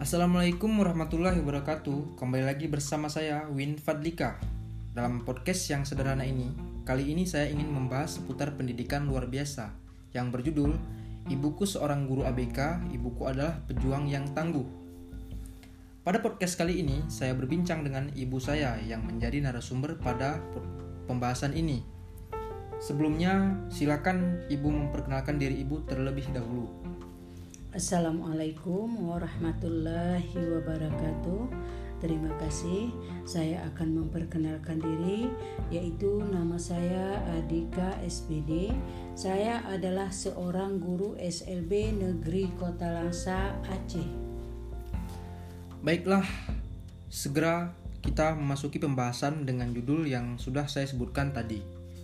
Assalamualaikum warahmatullahi wabarakatuh. Kembali lagi bersama saya Win Fadlika. Dalam podcast yang sederhana ini, kali ini saya ingin membahas seputar pendidikan luar biasa yang berjudul Ibuku Seorang Guru ABK, Ibuku Adalah Pejuang yang Tangguh. Pada podcast kali ini, saya berbincang dengan ibu saya yang menjadi narasumber pada pembahasan ini. Sebelumnya, silakan ibu memperkenalkan diri ibu terlebih dahulu. Assalamualaikum warahmatullahi wabarakatuh. Terima kasih. Saya akan memperkenalkan diri, yaitu nama saya Adika SPD. Saya adalah seorang guru SLB Negeri Kota Langsa, Aceh. Baiklah, segera kita memasuki pembahasan dengan judul yang sudah saya sebutkan tadi.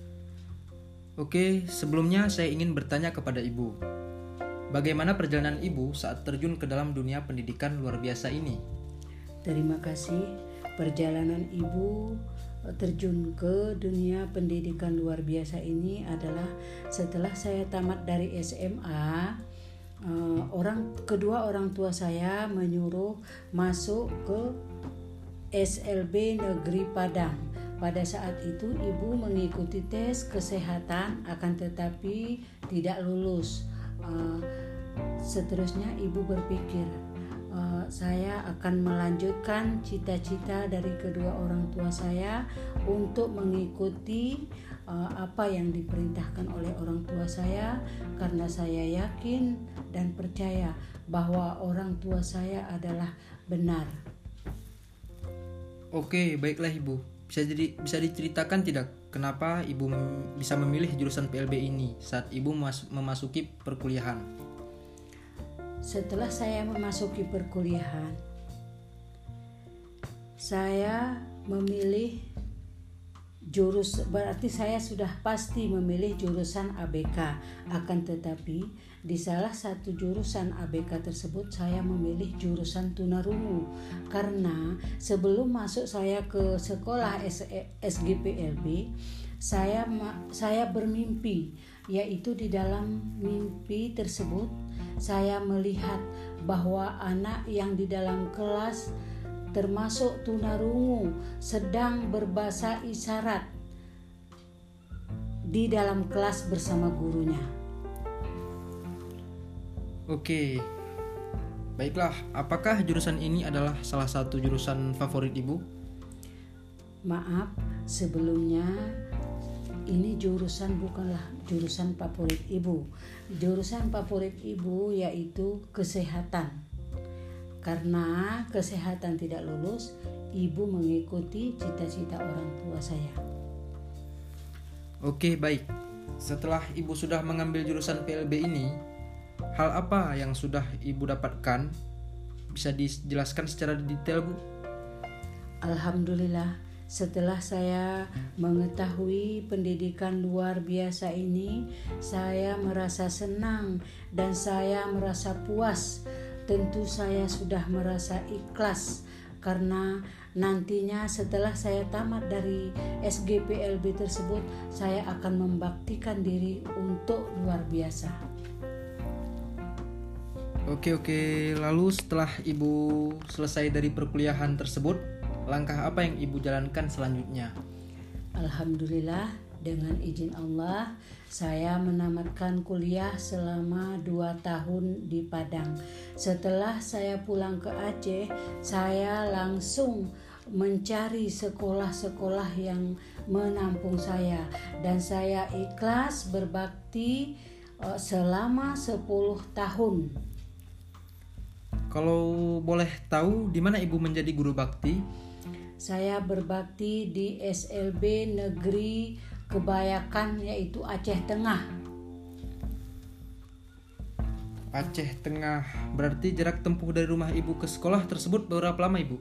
Oke, sebelumnya saya ingin bertanya kepada ibu. Bagaimana perjalanan ibu saat terjun ke dalam dunia pendidikan luar biasa ini? Terima kasih. Perjalanan ibu terjun ke dunia pendidikan luar biasa ini adalah setelah saya tamat dari SMA. Kedua orang tua saya menyuruh masuk ke SLB Negeri Padang. Pada saat itu ibu mengikuti tes kesehatan, akan tetapi tidak lulus. Seterusnya ibu berpikir, saya akan melanjutkan cita-cita dari kedua orang tua saya untuk mengikuti apa yang diperintahkan oleh orang tua saya, karena saya yakin dan percaya bahwa orang tua saya adalah benar. Oke, baiklah ibu. Bisa diceritakan tidak kenapa ibu bisa memilih jurusan PLB ini saat ibu memasuki perkuliahan? Setelah saya memasuki perkuliahan, saya memilih berarti saya sudah pasti memilih jurusan ABK. Akan tetapi di salah satu jurusan ABK tersebut saya memilih jurusan tunarungu, karena sebelum masuk saya ke sekolah SGPLB, saya bermimpi, yaitu di dalam mimpi tersebut saya melihat bahwa anak yang di dalam kelas termasuk tunarungu sedang berbahasa isyarat di dalam kelas bersama gurunya. Oke, baiklah. Apakah jurusan ini adalah salah satu jurusan favorit ibu? Maaf, sebelumnya ini bukanlah jurusan favorit ibu. Jurusan favorit ibu yaitu kesehatan. Karena kesehatan tidak lulus, ibu mengikuti cita-cita orang tua saya. Oke, baik. Setelah ibu sudah mengambil jurusan PLB ini, hal apa yang sudah ibu dapatkan? Bisa dijelaskan secara detail, Bu? Alhamdulillah, setelah saya mengetahui pendidikan luar biasa ini, saya merasa senang dan saya merasa puas. Tentu saya sudah merasa ikhlas, karena nantinya setelah saya tamat dari SGPLB tersebut, saya akan membaktikan diri untuk luar biasa. Oke. Lalu setelah ibu selesai dari perkuliahan tersebut, langkah apa yang ibu jalankan selanjutnya? Alhamdulillah, dengan izin Allah, saya menamatkan kuliah selama 2 tahun di Padang. Setelah saya pulang ke Aceh, saya langsung mencari sekolah-sekolah yang menampung saya, dan saya ikhlas berbakti selama 10 tahun. Kalau boleh tahu, di mana ibu menjadi guru bakti? Saya berbakti di SLB Negeri Kebayakan, yaitu Aceh Tengah. Aceh Tengah, berarti jarak tempuh dari rumah ibu ke sekolah tersebut berapa lama ibu?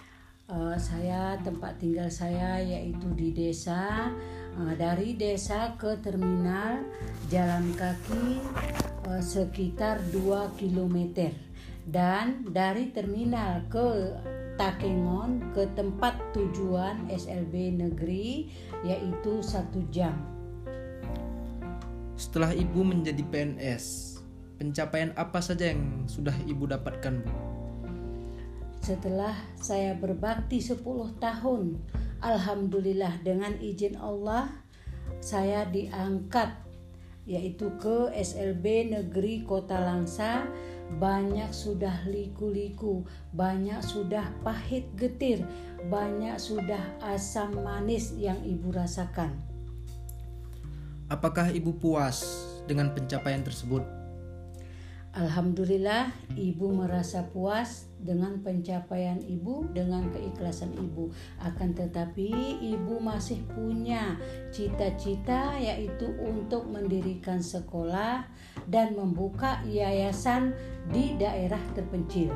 Tempat tinggal saya yaitu di desa. Dari desa ke terminal jalan kaki sekitar 2 km, dan dari terminal ke Takengon ke tempat tujuan SLB negeri yaitu 1 jam. Setelah ibu menjadi PNS, pencapaian apa saja yang sudah ibu dapatkan, Bu? setelah saya berbakti 10 tahun, alhamdulillah dengan izin Allah saya diangkat yaitu ke SLB Negeri Kota Langsa. Banyak sudah liku-liku, banyak sudah pahit getir, banyak sudah asam manis yang ibu rasakan. Apakah ibu puas dengan pencapaian tersebut? Alhamdulillah, ibu merasa puas dengan pencapaian ibu, dengan keikhlasan ibu. Akan tetapi ibu masih punya cita-cita, yaitu untuk mendirikan sekolah dan membuka yayasan di daerah terpencil.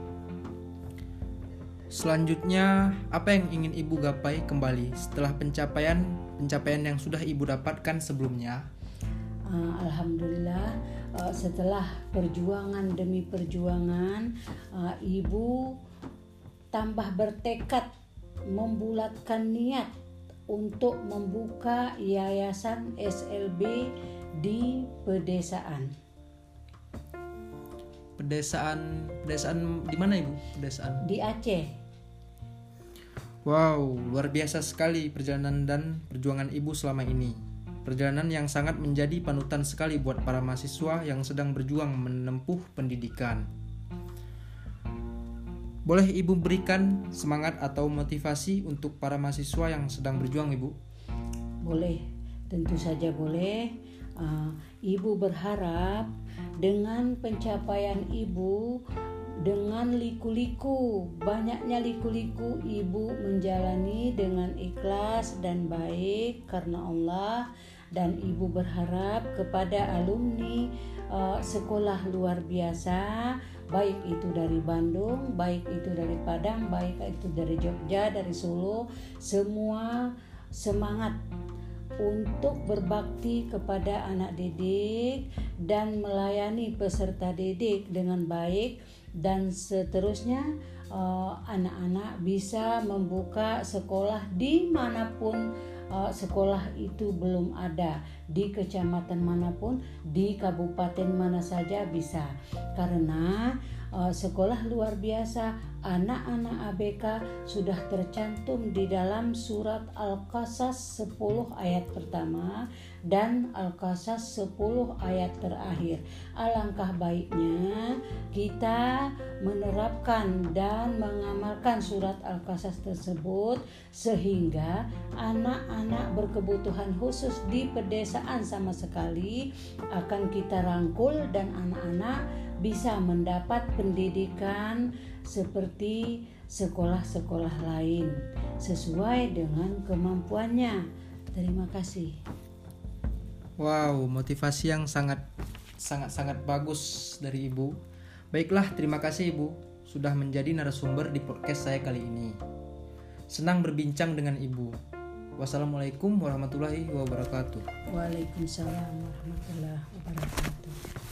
Selanjutnya, apa yang ingin ibu gapai kembali setelah pencapaian yang sudah ibu dapatkan sebelumnya? Alhamdulillah, setelah perjuangan demi perjuangan, ibu tambah bertekad membulatkan niat untuk membuka yayasan SLB di pedesaan. Pedesaan di mana ibu? Pedesaan Di Aceh. Wow, luar biasa sekali perjalanan dan perjuangan ibu selama ini. Perjalanan yang sangat menjadi panutan sekali buat para mahasiswa yang sedang berjuang menempuh pendidikan. Boleh ibu berikan semangat atau motivasi untuk para mahasiswa yang sedang berjuang, ibu? Boleh, tentu saja boleh. Ibu berharap dengan pencapaian ibu, dengan liku-liku, banyaknya liku-liku, ibu menjalani dengan ikhlas dan baik karena Allah. Dan ibu berharap kepada alumni sekolah luar biasa, baik itu dari Bandung, baik itu dari Padang, baik itu dari Jogja, dari Solo, semua semangat untuk berbakti kepada anak didik dan melayani peserta didik dengan baik, dan seterusnya anak-anak bisa membuka sekolah dimanapun sekolah itu belum ada, di kecamatan manapun, di kabupaten mana saja bisa, karena sekolah luar biasa anak-anak ABK sudah tercantum di dalam surat Al-Qasas 10 ayat pertama dan Al-Qasas 10 ayat terakhir. Alangkah baiknya kita menerapkan dan mengamalkan surat Al-Qasas tersebut sehingga anak-anak berkebutuhan khusus di pedesaan sama sekali akan kita rangkul dan anak-anak bisa mendapat pendidikan seperti sekolah-sekolah lain sesuai dengan kemampuannya. Terima kasih. Wow, motivasi yang sangat bagus dari ibu. Baiklah, terima kasih ibu sudah menjadi narasumber di podcast saya kali ini. Senang berbincang dengan ibu. Wassalamualaikum warahmatullahi wabarakatuh. Waalaikumsalam warahmatullahi wabarakatuh.